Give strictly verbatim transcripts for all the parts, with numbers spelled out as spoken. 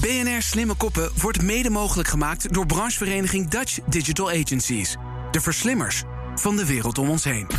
B N R Slimme Koppen wordt mede mogelijk gemaakt door branchevereniging Dutch Digital Agencies. De verslimmers van de wereld om ons heen.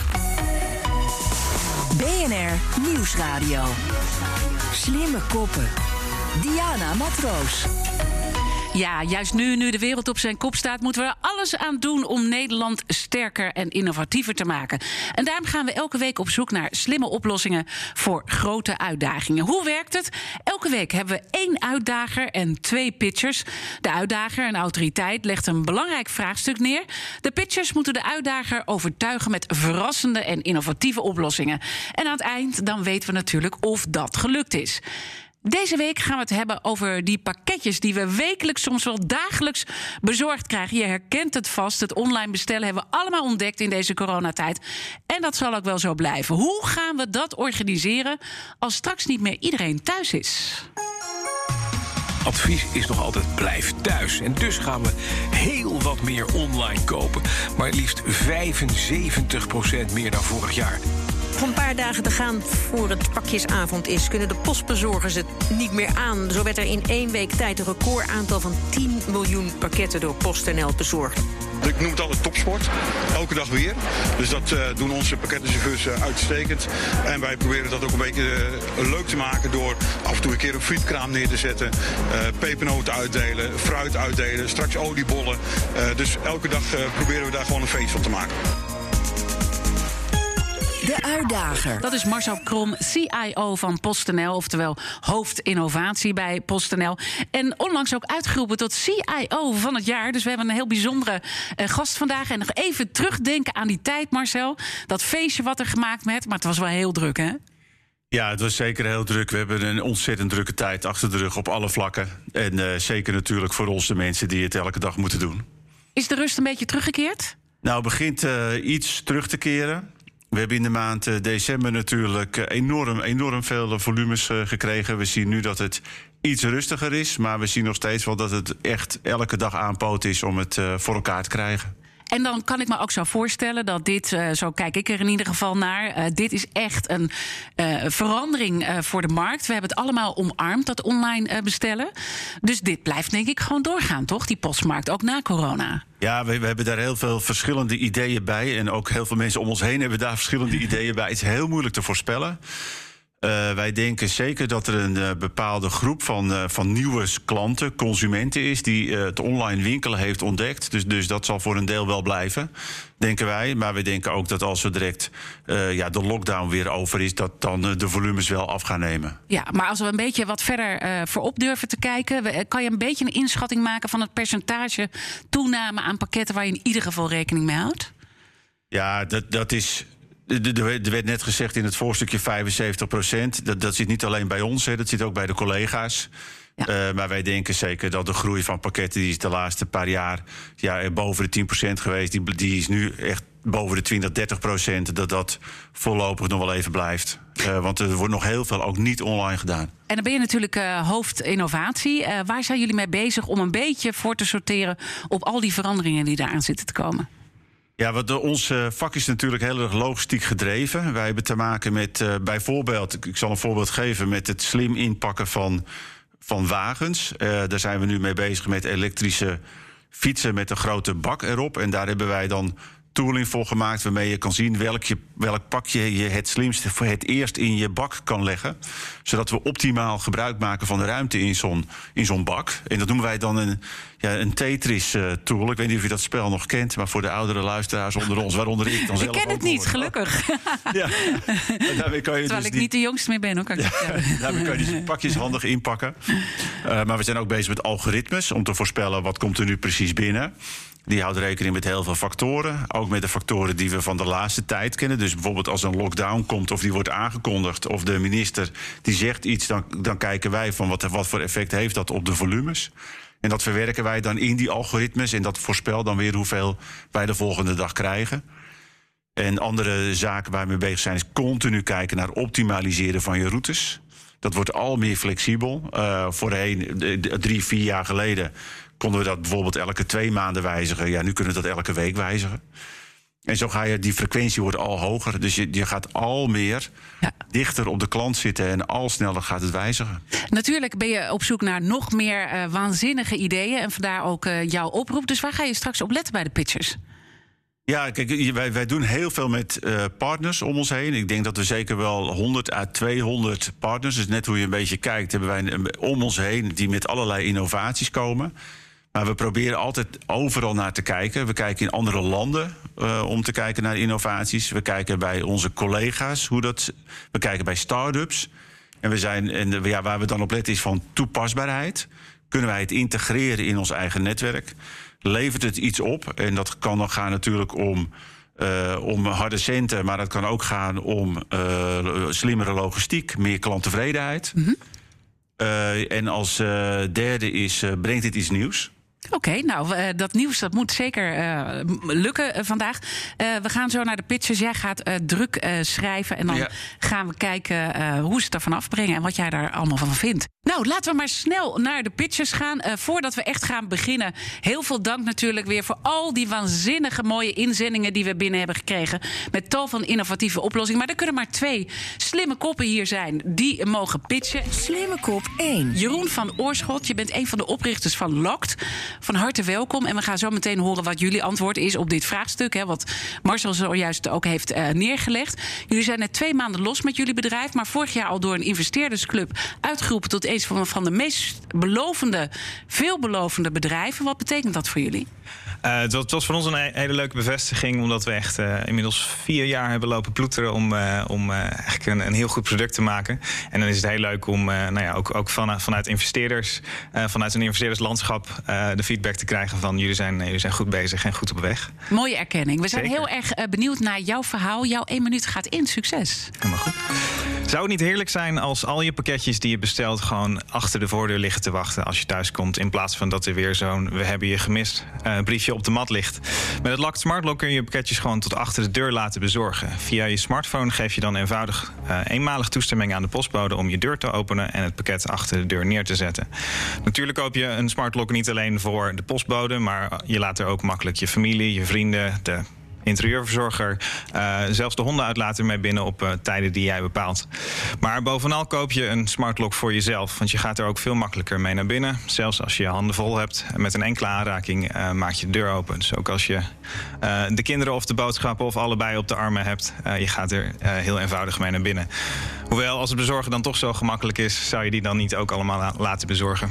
B N R Nieuwsradio. Slimme Koppen. Diana Matroos. Ja, juist nu, nu de wereld op zijn kop staat, moeten we er alles aan doen om Nederland sterker en innovatiever te maken. En daarom gaan we elke week op zoek naar slimme oplossingen voor grote uitdagingen. Hoe werkt het? Elke week hebben we één uitdager en twee pitchers. De uitdager, een autoriteit, legt een belangrijk vraagstuk neer. De pitchers moeten de uitdager overtuigen met verrassende en innovatieve oplossingen. En aan het eind dan weten we natuurlijk of dat gelukt is. Deze week gaan we het hebben over die pakketjes die we wekelijks, soms wel dagelijks bezorgd krijgen. Je herkent het vast, het online bestellen hebben we allemaal ontdekt in deze coronatijd. En dat zal ook wel zo blijven. Hoe gaan we dat organiseren als straks niet meer iedereen thuis is? Advies is nog altijd blijf thuis. En dus gaan we heel wat meer online kopen. Maar liefst vijfenzeventig procent meer dan vorig jaar. Nog een paar dagen te gaan voor het pakjesavond is, kunnen de postbezorgers het niet meer aan. Zo werd er in één week tijd een recordaantal van tien miljoen pakketten door PostNL bezorgd. Ik noem het altijd topsport, elke dag weer. Dus dat uh, doen onze pakkettenchauffeurs uh, uitstekend. En wij proberen dat ook een beetje uh, leuk te maken door af en toe een keer een frietkraam neer te zetten. Uh, pepernoten uitdelen, fruit uitdelen, straks oliebollen. Uh, dus elke dag uh, proberen we daar gewoon een feest van te maken. De uitdager. Dat is Marcel Krom, C I O van PostNL, oftewel hoofdinnovatie bij PostNL. En onlangs ook uitgeroepen tot C I O van het jaar. Dus we hebben een heel bijzondere uh, gast vandaag. En nog even terugdenken aan die tijd, Marcel. Dat feestje wat er gemaakt werd, maar het was wel heel druk, hè? Ja, het was zeker heel druk. We hebben een ontzettend drukke tijd achter de rug op alle vlakken. En uh, zeker natuurlijk voor ons de mensen die het elke dag moeten doen. Is de rust een beetje teruggekeerd? Nou, het begint uh, iets terug te keren. We hebben in de maand december natuurlijk enorm, enorm veel volumes uh, gekregen. We zien nu dat het iets rustiger is, maar we zien nog steeds wel dat het echt elke dag aanpoot is om het uh, voor elkaar te krijgen. En dan kan ik me ook zo voorstellen dat dit, uh, zo kijk ik er in ieder geval naar, uh, dit is echt een uh, verandering uh, voor de markt. We hebben het allemaal omarmd, dat online uh, bestellen. Dus dit blijft denk ik gewoon doorgaan, toch? Die postmarkt, ook na corona. Ja, we, we hebben daar heel veel verschillende ideeën bij. En ook heel veel mensen om ons heen hebben daar verschillende ideeën bij. Het is heel moeilijk te voorspellen. Uh, wij denken zeker dat er een uh, bepaalde groep van, uh, van nieuwe klanten, consumenten is, die uh, het online winkelen heeft ontdekt. Dus, dus dat zal voor een deel wel blijven, denken wij. Maar we denken ook dat als er direct uh, ja, de lockdown weer over is, dat dan uh, de volumes wel af gaan nemen. Ja, maar als we een beetje wat verder uh, voorop durven te kijken, kan je een beetje een inschatting maken van het percentage toename aan pakketten waar je in ieder geval rekening mee houdt? Ja, dat, dat is. Er werd net gezegd in het voorstukje vijfenzeventig procent. Dat, dat zit niet alleen bij ons, hè, dat zit ook bij de collega's. Ja. Uh, maar wij denken zeker dat de groei van pakketten, die is de laatste paar jaar ja, boven de tien procent geweest. Die, die is nu echt boven de twintig, dertig procent. Dat dat voorlopig nog wel even blijft. Uh, want er wordt nog heel veel ook niet online gedaan. En dan ben je natuurlijk uh, hoofdinnovatie. Uh, waar zijn jullie mee bezig om een beetje voor te sorteren op al die veranderingen die daaraan zitten te komen? Ja, wat de, ons uh, vak is natuurlijk heel erg logistiek gedreven. Wij hebben te maken met uh, bijvoorbeeld, ik, ik zal een voorbeeld geven, met het slim inpakken van, van wagens. Uh, daar zijn we nu mee bezig met elektrische fietsen met een grote bak erop. En daar hebben wij dan tooling voor gemaakt waarmee je kan zien welk, je, welk pakje je het slimste voor het eerst in je bak kan leggen. Zodat we optimaal gebruik maken van de ruimte in zo'n, in zo'n bak. En dat noemen wij dan een, ja, een Tetris-tool. Ik weet niet of je dat spel nog kent, maar voor de oudere luisteraars onder ons, waaronder ik dan zelf. Ik ken het niet, gelukkig. Ja. Daarmee kan je Terwijl dus ik die, niet de jongste meer ben, hoor. Kan ik ja, daarmee kan je die pakjes handig inpakken. Uh, maar we zijn ook bezig met algoritmes om te voorspellen wat komt er nu precies binnen. Die houdt rekening met heel veel factoren. Ook met de factoren die we van de laatste tijd kennen. Dus bijvoorbeeld als een lockdown komt of die wordt aangekondigd, of de minister die zegt iets, dan, dan kijken wij van wat, wat voor effect heeft dat op de volumes. En dat verwerken wij dan in die algoritmes. En dat voorspelt dan weer hoeveel wij de volgende dag krijgen. En andere zaken waar we mee bezig zijn is continu kijken naar optimaliseren van je routes. Dat wordt al meer flexibel. Uh, voorheen, drie, vier jaar geleden, konden we dat bijvoorbeeld elke twee maanden wijzigen. Ja, nu kunnen we dat elke week wijzigen. En zo ga je, die frequentie wordt al hoger. Dus je, je gaat al meer ja. dichter op de klant zitten en al sneller gaat het wijzigen. Natuurlijk ben je op zoek naar nog meer uh, waanzinnige ideeën. En vandaar ook uh, jouw oproep. Dus waar ga je straks op letten bij de pitches? Ja, kijk, wij, wij doen heel veel met uh, partners om ons heen. Ik denk dat we zeker wel honderd à tweehonderd partners... dus net hoe je een beetje kijkt, hebben wij een, om ons heen... die met allerlei innovaties komen. Maar we proberen altijd overal naar te kijken. We kijken in andere landen uh, om te kijken naar innovaties. We kijken bij onze collega's hoe dat... We kijken bij start-ups. En, we zijn, en ja, waar we dan op letten is van toepasbaarheid. Kunnen wij het integreren in ons eigen netwerk? Levert het iets op? En dat kan dan gaan natuurlijk om, uh, om harde centen... maar dat kan ook gaan om uh, slimmere logistiek, meer klanttevredenheid. Mm-hmm. Uh, en als uh, derde is, uh, brengt dit iets nieuws? Oké, okay, nou, uh, dat nieuws dat moet zeker uh, lukken uh, vandaag. Uh, we gaan zo naar de pitches. Jij gaat uh, druk uh, schrijven en dan ja. gaan we kijken uh, hoe ze het ervan afbrengen... en wat jij daar allemaal van vindt. Nou, laten we maar snel naar de pitches gaan. Uh, voordat we echt gaan beginnen, heel veel dank natuurlijk weer... voor al die waanzinnige mooie inzendingen die we binnen hebben gekregen... met tal van innovatieve oplossingen. Maar er kunnen maar twee slimme koppen hier zijn die mogen pitchen. Slimme kop één. Jeroen van Oorschot, je bent een van de oprichters van Locked... Van harte welkom. En we gaan zo meteen horen wat jullie antwoord is op dit vraagstuk. Hè, wat Marcel zojuist ook heeft uh, neergelegd. Jullie zijn net twee maanden los met jullie bedrijf. Maar vorig jaar al door een investeerdersclub uitgeroepen tot een van, van de meest belovende, veelbelovende bedrijven. Wat betekent dat voor jullie? Uh, het, was, het was voor ons een hele leuke bevestiging, omdat we echt uh, inmiddels vier jaar hebben lopen ploeteren om, uh, om uh, eigenlijk een, een heel goed product te maken. En dan is het heel leuk om uh, nou ja, ook, ook van, vanuit investeerders, uh, vanuit een investeerderslandschap uh, de feedback te krijgen van jullie zijn, jullie zijn goed bezig en goed op weg. Mooie erkenning. We zijn Zeker. heel erg uh, benieuwd naar jouw verhaal. Jouw één minuut gaat in. Succes. Helemaal goed. Zou het niet heerlijk zijn als al je pakketjes die je bestelt gewoon achter de voordeur liggen te wachten als je thuis komt, in plaats van dat er weer zo'n we hebben je gemist uh, briefje op de mat ligt. Met het Locked Smart Lock kun je je pakketjes gewoon tot achter de deur laten bezorgen. Via je smartphone geef je dan eenvoudig uh, eenmalig toestemming aan de postbode om je deur te openen en het pakket achter de deur neer te zetten. Natuurlijk koop je een Smart Lock niet alleen voor de postbode, maar je laat er ook makkelijk je familie, je vrienden, de interieurverzorger, uh, zelfs de hondenuitlater mee binnen op uh, tijden die jij bepaalt. Maar bovenal koop je een Smart Lock voor jezelf, want je gaat er ook veel makkelijker mee naar binnen. Zelfs als je je handen vol hebt, met een enkele aanraking uh, maak je de deur open. Dus ook als je uh, de kinderen of de boodschappen of allebei op de armen hebt, uh, je gaat er uh, heel eenvoudig mee naar binnen. Hoewel, als het bezorgen dan toch zo gemakkelijk is, zou je die dan niet ook allemaal la- laten bezorgen.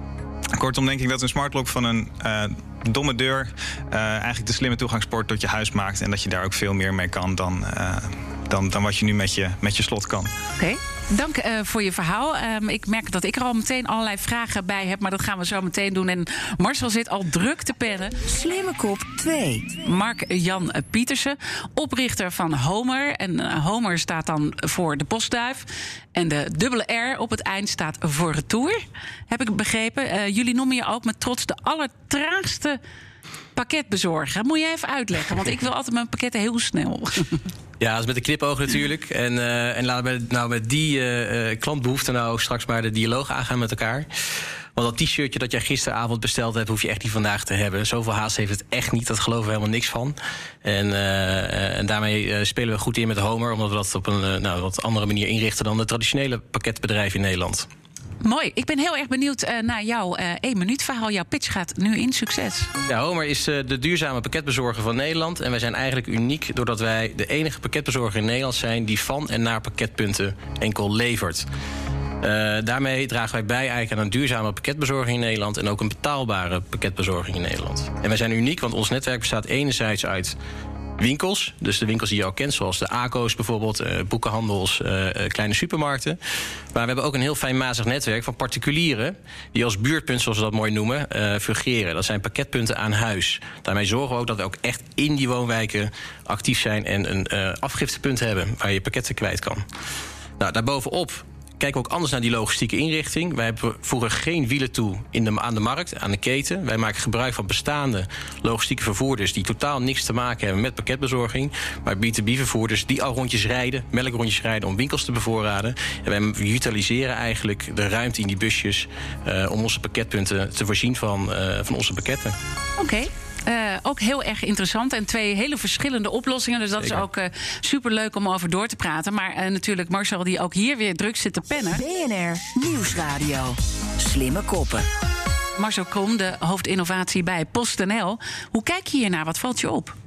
Kortom denk ik dat een Smart Lock van een uh, domme deur uh, eigenlijk de slimme toegangspoort tot je huis maakt. En dat je daar ook veel meer mee kan dan, uh, dan, dan wat je nu met je, met je slot kan. Oké. Okay. Dank uh, voor je verhaal. Um, ik merk dat ik er al meteen allerlei vragen bij heb, maar dat gaan we zo meteen doen. En Marcel zit al druk te pennen. Slimme kop twee. Mark-Jan Pietersen, oprichter van Homer. En uh, Homer staat dan voor de postduif. En de dubbele R op het eind staat voor retour. Heb ik begrepen. Uh, jullie noemen je ook met trots de allertraagste pakketbezorger. Moet je even uitleggen, want ik wil altijd mijn pakketten heel snel. Ja, dat is met een knipoog natuurlijk. En, uh, en laten we nou met die uh, klantbehoefte nou straks maar de dialoog aangaan met elkaar. Want dat t-shirtje dat jij gisteravond besteld hebt, hoef je echt niet vandaag te hebben. Zoveel haast heeft het echt niet, dat geloven we helemaal niks van. En, uh, en daarmee uh, spelen we goed in met Homer, omdat we dat op een uh, nou, wat andere manier inrichten dan de traditionele pakketbedrijven in Nederland. Mooi. Ik ben heel erg benieuwd uh, naar jouw uh, één minuut verhaal. Jouw pitch gaat nu in. Succes. Ja, Homer is uh, de duurzame pakketbezorger van Nederland. En wij zijn eigenlijk uniek doordat wij de enige pakketbezorger in Nederland zijn die van en naar pakketpunten enkel levert. Uh, daarmee dragen wij bij eigenlijk aan een duurzame pakketbezorging in Nederland en ook een betaalbare pakketbezorging in Nederland. En wij zijn uniek, want ons netwerk bestaat enerzijds uit winkels, dus de winkels die je al kent, zoals de A C O's bijvoorbeeld, uh, boekenhandels, uh, kleine supermarkten. Maar we hebben ook een heel fijnmazig netwerk van particulieren die als buurtpunt, zoals we dat mooi noemen, uh, fungeren. Dat zijn pakketpunten aan huis. Daarmee zorgen we ook dat we ook echt in die woonwijken actief zijn en een uh, afgiftepunt hebben waar je pakketten kwijt kan. Nou, daarbovenop kijken we ook anders naar die logistieke inrichting. Wij voegen geen wielen toe in de, aan de markt, aan de keten. Wij maken gebruik van bestaande logistieke vervoerders die totaal niks te maken hebben met pakketbezorging. Maar B twee B vervoerders die al rondjes rijden, melkrondjes rijden om winkels te bevoorraden. En wij utiliseren eigenlijk de ruimte in die busjes uh, om onze pakketpunten te voorzien van, uh, van onze pakketten. Oké. Okay. Uh, ook heel erg interessant. En twee hele verschillende oplossingen. Dus dat Zeker. is ook uh, superleuk om over door te praten. Maar uh, natuurlijk Marcel die ook hier weer druk zit te pennen. B N R Nieuwsradio. Slimme koppen. Marcel Krom, de hoofdinnovatie bij PostNL. Hoe kijk je hiernaar? Wat valt je op?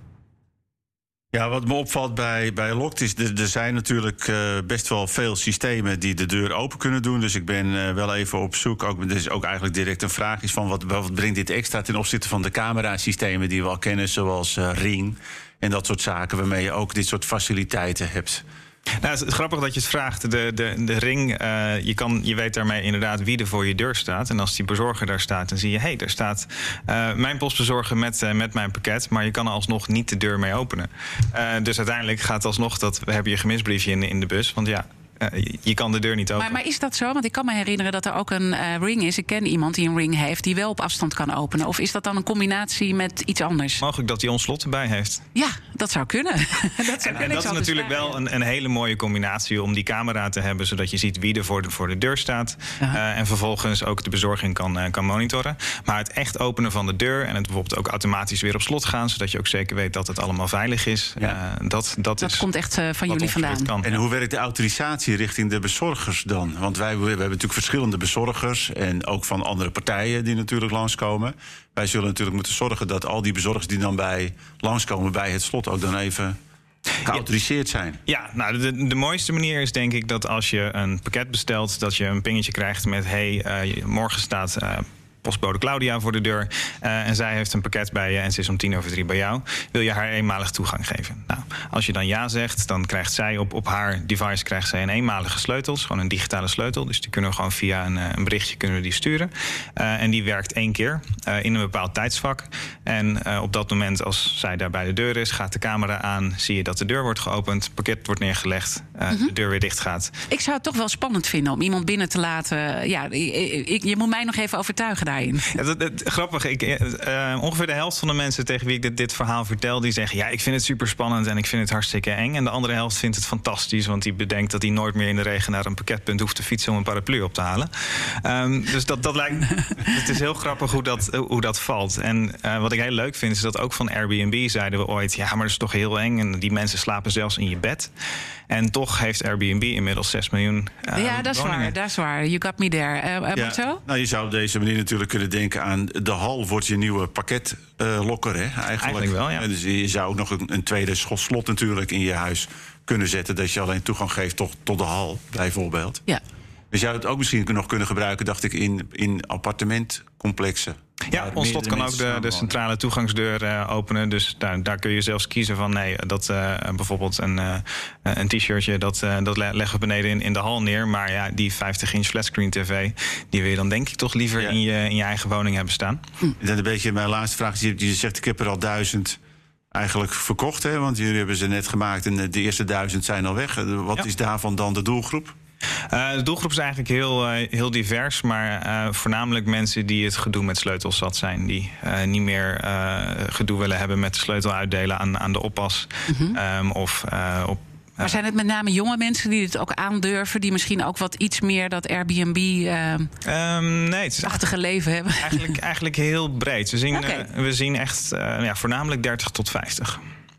Ja, wat me opvalt bij, bij Lokt is... er, er zijn natuurlijk uh, best wel veel systemen die de deur open kunnen doen. Dus ik ben uh, wel even op zoek. Ook, dus ook eigenlijk direct een vraag is van... Wat, wat brengt dit extra ten opzichte van de camerasystemen die we al kennen... zoals uh, Ring en dat soort zaken... waarmee je ook dit soort faciliteiten hebt. Nou, het is grappig dat je het vraagt. De, de, de Ring, uh, je, kan, je weet daarmee inderdaad wie er voor je deur staat. En als die bezorger daar staat, dan zie je... hé, hey, daar staat uh, mijn postbezorger met, uh, met mijn pakket... maar je kan er alsnog niet de deur mee openen. Uh, dus uiteindelijk gaat alsnog dat... we hebben je gemisbriefje in, in de bus, want ja... Uh, je kan de deur niet openen. Maar, maar is dat zo? Want ik kan me herinneren dat er ook een uh, Ring is. Ik ken iemand die een Ring heeft die wel op afstand kan openen. Of is dat dan een combinatie met iets anders? Mogelijk dat hij ons slot erbij heeft. Ja, dat zou kunnen. dat zou en, en dat is natuurlijk wel een, een hele mooie combinatie om die camera te hebben... zodat je ziet wie er voor de, voor de deur staat. Uh, en vervolgens ook de bezorging kan, uh, kan monitoren. Maar het echt openen van de deur... en het bijvoorbeeld ook automatisch weer op slot gaan... zodat je ook zeker weet dat het allemaal veilig is. Ja. Uh, dat, dat, dat is komt echt uh, van jullie vandaan. Kan. En hoe werkt de autorisatie richting de bezorgers dan? Want wij we hebben natuurlijk verschillende bezorgers... en ook van andere partijen die natuurlijk langskomen. Wij zullen natuurlijk moeten zorgen dat al die bezorgers... die dan bij langskomen bij het slot ook dan even... geautoriseerd zijn. Ja, nou, de, de mooiste manier is denk ik dat als je een pakket bestelt... dat je een pingetje krijgt met... hey, uh, morgen staat... Uh, postbode Claudia voor de deur. Uh, en zij heeft een pakket bij je en ze is om tien over drie bij jou. Wil je haar eenmalig toegang geven? Nou, als je dan ja zegt, dan krijgt zij op, op haar device krijgt zij een eenmalige sleutel. Gewoon een digitale sleutel. Dus die kunnen we gewoon via een, een berichtje kunnen we die sturen. Uh, en die werkt één keer uh, in een bepaald tijdsvak. En uh, op dat moment, als zij daar bij de deur is, gaat de camera aan. Zie je dat de deur wordt geopend, het pakket wordt neergelegd, uh, mm-hmm. de deur weer dicht gaat. Ik zou het toch wel spannend vinden om iemand binnen te laten. Ja, ik, ik, je moet mij nog even overtuigen. Ja, het, het, grappig, ik, uh, ongeveer de helft van de mensen tegen wie ik dit, dit verhaal vertel... die zeggen, ja, ik vind het super spannend en ik vind het hartstikke eng. En de andere helft vindt het fantastisch... want die bedenkt dat hij nooit meer in de regen naar een pakketpunt hoeft te fietsen... om een paraplu op te halen. Um, dus dat, dat lijkt, het is heel grappig hoe dat, hoe dat valt. En uh, wat ik heel leuk vind, is dat ook van Airbnb zeiden we ooit... ja, maar dat is toch heel eng en die mensen slapen zelfs in je bed... En toch heeft Airbnb inmiddels zes miljoen uh, Ja, dat is woningen. waar, dat is waar. You got me there. Uh, uh, ja, Marcel? Nou, je zou op deze manier natuurlijk kunnen denken aan... de hal wordt je nieuwe pakketlokker, uh, hè? Eigenlijk. Eigenlijk wel, ja. En dus je zou ook nog een, een tweede slot natuurlijk in je huis kunnen zetten... dat je alleen toegang geeft tot, tot de hal, bijvoorbeeld. Ja. Je zou het ook misschien nog kunnen gebruiken, dacht ik, in, in appartementcomplexen. Ja, ons slot kan ook de, de centrale toegangsdeur uh, openen. Dus daar, daar kun je zelfs kiezen van... nee, dat uh, bijvoorbeeld een, uh, een t-shirtje... dat, uh, dat leggen we beneden in, in de hal neer. Maar ja, die vijftig inch flatscreen tv... die wil je dan denk ik toch liever ja. in, je, in je eigen woning hebben staan. Hm. Dan een beetje mijn laatste vraag. Je zegt, ik heb er al duizend eigenlijk verkocht. Hè? Want jullie hebben ze net gemaakt en de eerste duizend zijn al weg. Wat ja. is daarvan dan de doelgroep? Uh, de doelgroep is eigenlijk heel, uh, heel divers, maar uh, voornamelijk mensen die het gedoe met sleutels zat zijn. Die uh, niet meer uh, gedoe willen hebben met de sleutel uitdelen aan, aan de oppas. Mm-hmm. Um, of uh, op Maar zijn het met name jonge mensen die het ook aandurven... die misschien ook wat iets meer dat Airbnb-achtige uh, um, nee, het is achtige leven hebben? Eigenlijk, eigenlijk heel breed. We zien, okay. uh, we zien echt uh, ja, voornamelijk dertig tot vijftig.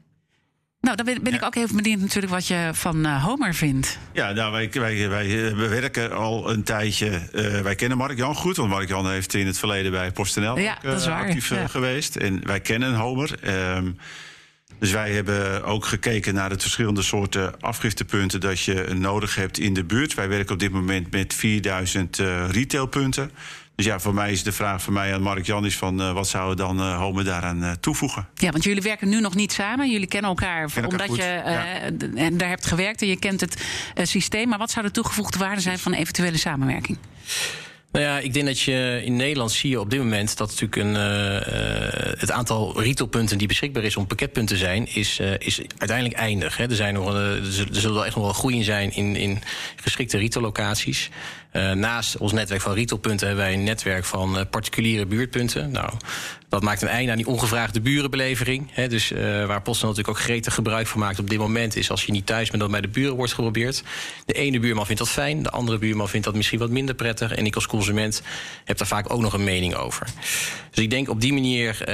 Nou, dan ben, ben ja. ik ook even benieuwd natuurlijk wat je van uh, Homer vindt. Ja, nou, wij, wij, wij werken al een tijdje... Uh, wij kennen Mark-Jan goed, want Mark-Jan heeft in het verleden bij PostNL ja, ook, uh, actief ja. geweest. En wij kennen Homer. Um, dus wij hebben ook gekeken naar het verschillende soorten afgiftepunten... dat je nodig hebt in de buurt. Wij werken op dit moment met vierduizend uh, retailpunten. Dus ja, voor mij is de vraag van mij aan Mark-Jan is van... Uh, wat zouden dan uh, Homer daaraan uh, toevoegen? Ja, want jullie werken nu nog niet samen. Jullie kennen elkaar, kennen omdat elkaar je uh, ja. en daar hebt gewerkt... en je kent het uh, systeem. Maar wat zou de toegevoegde waarde zijn van een eventuele samenwerking? Nou ja, ik denk dat je in Nederland zie je op dit moment... dat natuurlijk een, uh, het aantal retailpunten die beschikbaar is... om pakketpunten te zijn, is, uh, is uiteindelijk eindig. Hè. Er, zijn nog, uh, er zullen wel echt nog wel groei in zijn in, in geschikte retaillocaties. Uh, naast ons netwerk van retailpunten hebben wij een netwerk van uh, particuliere buurtpunten. Nou, dat maakt een einde aan die ongevraagde burenbelevering. Hè, dus uh, waar PostNL natuurlijk ook gretig gebruik van maakt op dit moment is als je niet thuis bent dat bij de buren wordt geprobeerd. De ene buurman vindt dat fijn, de andere buurman vindt dat misschien wat minder prettig. En ik als consument heb daar vaak ook nog een mening over. Dus ik denk op die manier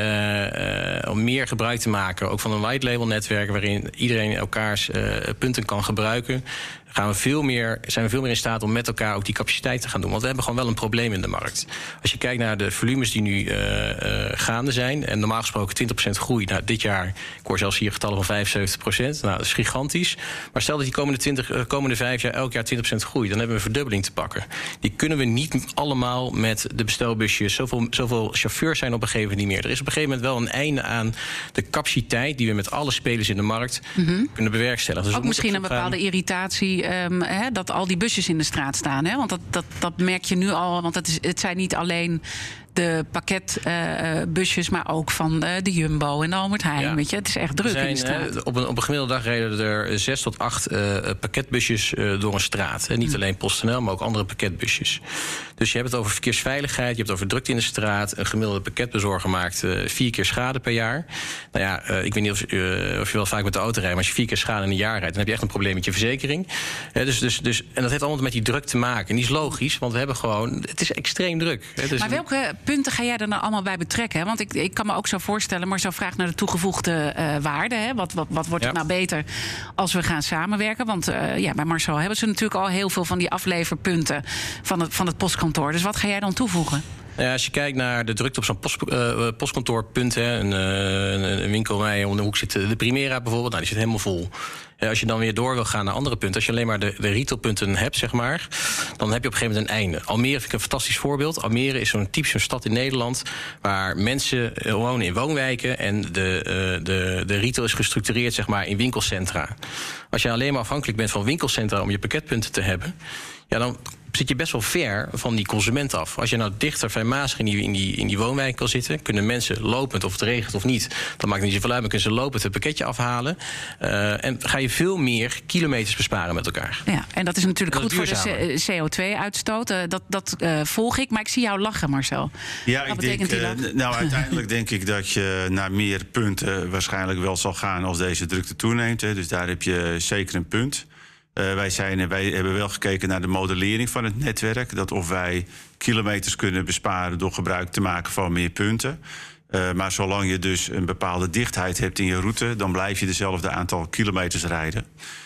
uh, uh, om meer gebruik te maken, ook van een white label netwerk waarin iedereen elkaars uh, punten kan gebruiken. Gaan we veel meer, zijn we veel meer in staat om met elkaar ook die capaciteit te gaan doen. Want we hebben gewoon wel een probleem in de markt. Als je kijkt naar de volumes die nu uh, uh, gaande zijn, en normaal gesproken twintig procent groei. Nou, dit jaar, ik hoor zelfs hier getallen van vijfenzeventig procent. Nou, dat is gigantisch. Maar stel dat die komende, twintig, uh, komende vijf jaar elk jaar twintig procent groeit, dan hebben we een verdubbeling te pakken. Die kunnen we niet allemaal met de bestelbusjes. Zoveel, zoveel chauffeurs zijn op een gegeven moment niet meer. Er is op een gegeven moment wel een einde aan de capaciteit die we met alle spelers in de markt mm-hmm. kunnen bewerkstelligen. Dus ook misschien een bepaalde gaan... irritatie. Um, he, dat al die busjes in de straat staan. Hè? Want dat, dat, dat merk je nu al. Want het, is, het zijn niet alleen de pakketbusjes, uh, maar ook van uh, de Jumbo en de Albert Heijn. Ja. Weet je? Het is echt druk zijn, in de straat. Uh, op, een, op een gemiddelde dag reden er zes tot acht uh, pakketbusjes uh, door een straat. Hè? Niet mm. alleen PostNL, maar ook andere pakketbusjes. Dus je hebt het over verkeersveiligheid, je hebt het over drukte in de straat. Een gemiddelde pakketbezorger maakt uh, vier keer schade per jaar. Nou ja, uh, ik weet niet of, uh, of je wel vaak met de auto rijdt, maar als je vier keer schade in een jaar rijdt, dan heb je echt een probleem met je verzekering. Uh, dus, dus, dus, en dat heeft allemaal met die druk te maken. En die is logisch, want we hebben gewoon, het is extreem druk. Hè? Dus maar welke punten ga jij er nou allemaal bij betrekken? Hè? Want ik, ik kan me ook zo voorstellen, maar zo vraag naar de toegevoegde uh, waarde. Hè? Wat, wat, wat wordt ja. het nou beter als we gaan samenwerken? Want uh, ja, bij Marcel hebben ze natuurlijk al heel veel van die afleverpunten van het, van het postkantoor. Dus wat ga jij dan toevoegen? Ja, als je kijkt naar de drukte op zo'n post, uh, postkantoorpunt, hè, een, uh, een winkel waar je om de hoek zit, de Primera bijvoorbeeld, nou, die zit helemaal vol. Ja, als je dan weer door wil gaan naar andere punten, als je alleen maar de, de retailpunten hebt, zeg maar, dan heb je op een gegeven moment een einde. Almere vind ik een fantastisch voorbeeld. Almere is zo'n typische stad in Nederland waar mensen wonen in woonwijken en de, uh, de, de retail is gestructureerd, zeg maar, in winkelcentra. Als je alleen maar afhankelijk bent van winkelcentra om je pakketpunten te hebben, ja, dan zit je best wel ver van die consument af. Als je nou dichter bij Maasgem in die, in die, in die woonwijk kan zitten, kunnen mensen lopend, of het regent of niet, dat maakt niet zoveel uit, maar kunnen ze lopend het pakketje afhalen. Uh, en ga je veel meer kilometers besparen met elkaar. Ja, en dat is natuurlijk dat goed is voor de C O twee uitstoot. Uh, dat dat uh, volg ik, maar ik zie jou lachen, Marcel. Ja, Wat ik betekent denk, die uh, nou uiteindelijk denk ik dat je naar meer punten waarschijnlijk wel zal gaan als deze drukte toeneemt. Hè. Dus daar heb je zeker een punt. Uh, wij, zijn, wij hebben wel gekeken naar de modellering van het netwerk. Dat of wij kilometers kunnen besparen door gebruik te maken van meer punten. Uh, maar zolang je dus een bepaalde dichtheid hebt in je route, dan blijf je dezelfde aantal kilometers rijden.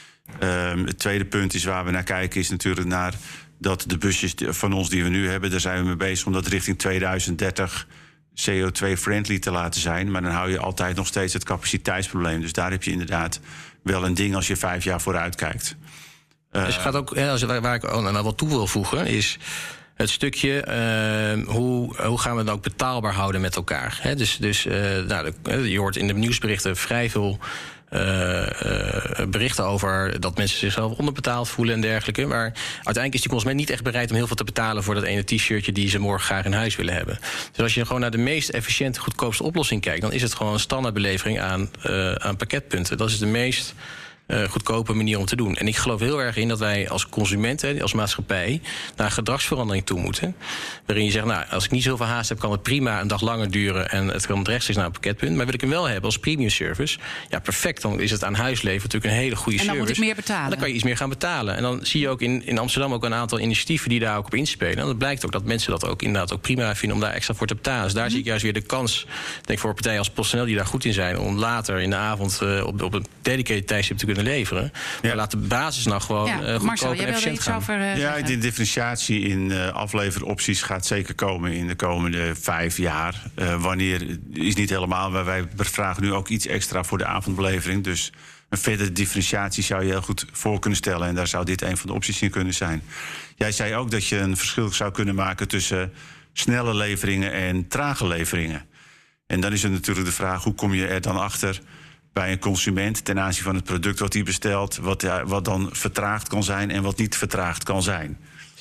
Uh, het tweede punt is waar we naar kijken is natuurlijk naar dat de busjes van ons die we nu hebben, daar zijn we mee bezig om dat richting tweeduizend dertig C O twee friendly te laten zijn. Maar dan hou je altijd nog steeds het capaciteitsprobleem. Dus daar heb je inderdaad wel een ding als je vijf jaar vooruit kijkt. Uh, dus gaat ook, waar ik nou wat toe wil voegen, is het stukje uh, hoe, hoe gaan we het ook betaalbaar houden met elkaar. Hè? Dus, dus uh, nou, de, je hoort in de nieuwsberichten vrij veel Uh, uh, berichten over dat mensen zichzelf onderbetaald voelen en dergelijke. Maar uiteindelijk is die consument niet echt bereid om heel veel te betalen voor dat ene t-shirtje die ze morgen graag in huis willen hebben. Dus als je gewoon naar de meest efficiënte, goedkoopste oplossing kijkt, dan is het gewoon een standaardbelevering aan, uh, aan pakketpunten. Dat is de meest Uh, goedkope manier om te doen. En ik geloof heel erg in dat wij als consumenten, als maatschappij, naar een gedragsverandering toe moeten. Waarin je zegt, nou, als ik niet zoveel haast heb, kan het prima een dag langer duren en het kan rechtstreeks naar een pakketpunt. Maar wil ik hem wel hebben als premium service, ja, perfect. Dan is het aan huis leveren natuurlijk een hele goede service. En dan service. moet ik meer betalen. En dan kan je iets meer gaan betalen. En dan zie je ook in, in Amsterdam ook een aantal initiatieven die daar ook op inspelen. En dat blijkt ook dat mensen dat ook inderdaad ook prima vinden om daar extra voor te betalen. Dus daar mm-hmm. zie ik juist weer de kans, denk voor partijen als PostNL die daar goed in zijn, om later in de avond uh, op, op een dedicated tijdstip te kunnen leveren. Ja. Maar laat de basis nou gewoon ja, uh, goedkoop Marcel, en efficiënt gaan. Over, uh, ja, de differentiatie in uh, afleveropties gaat zeker komen in de komende vijf jaar. Uh, wanneer is niet helemaal, maar wij vragen nu ook iets extra voor de avondbelevering. Dus een verdere differentiatie zou je heel goed voor kunnen stellen. En daar zou dit een van de opties in kunnen zijn. Jij zei ook dat je een verschil zou kunnen maken tussen snelle leveringen en trage leveringen. En dan is er natuurlijk de vraag, hoe kom je er dan achter bij een consument ten aanzien van het product wat hij bestelt, wat, ja, wat dan vertraagd kan zijn en wat niet vertraagd kan zijn?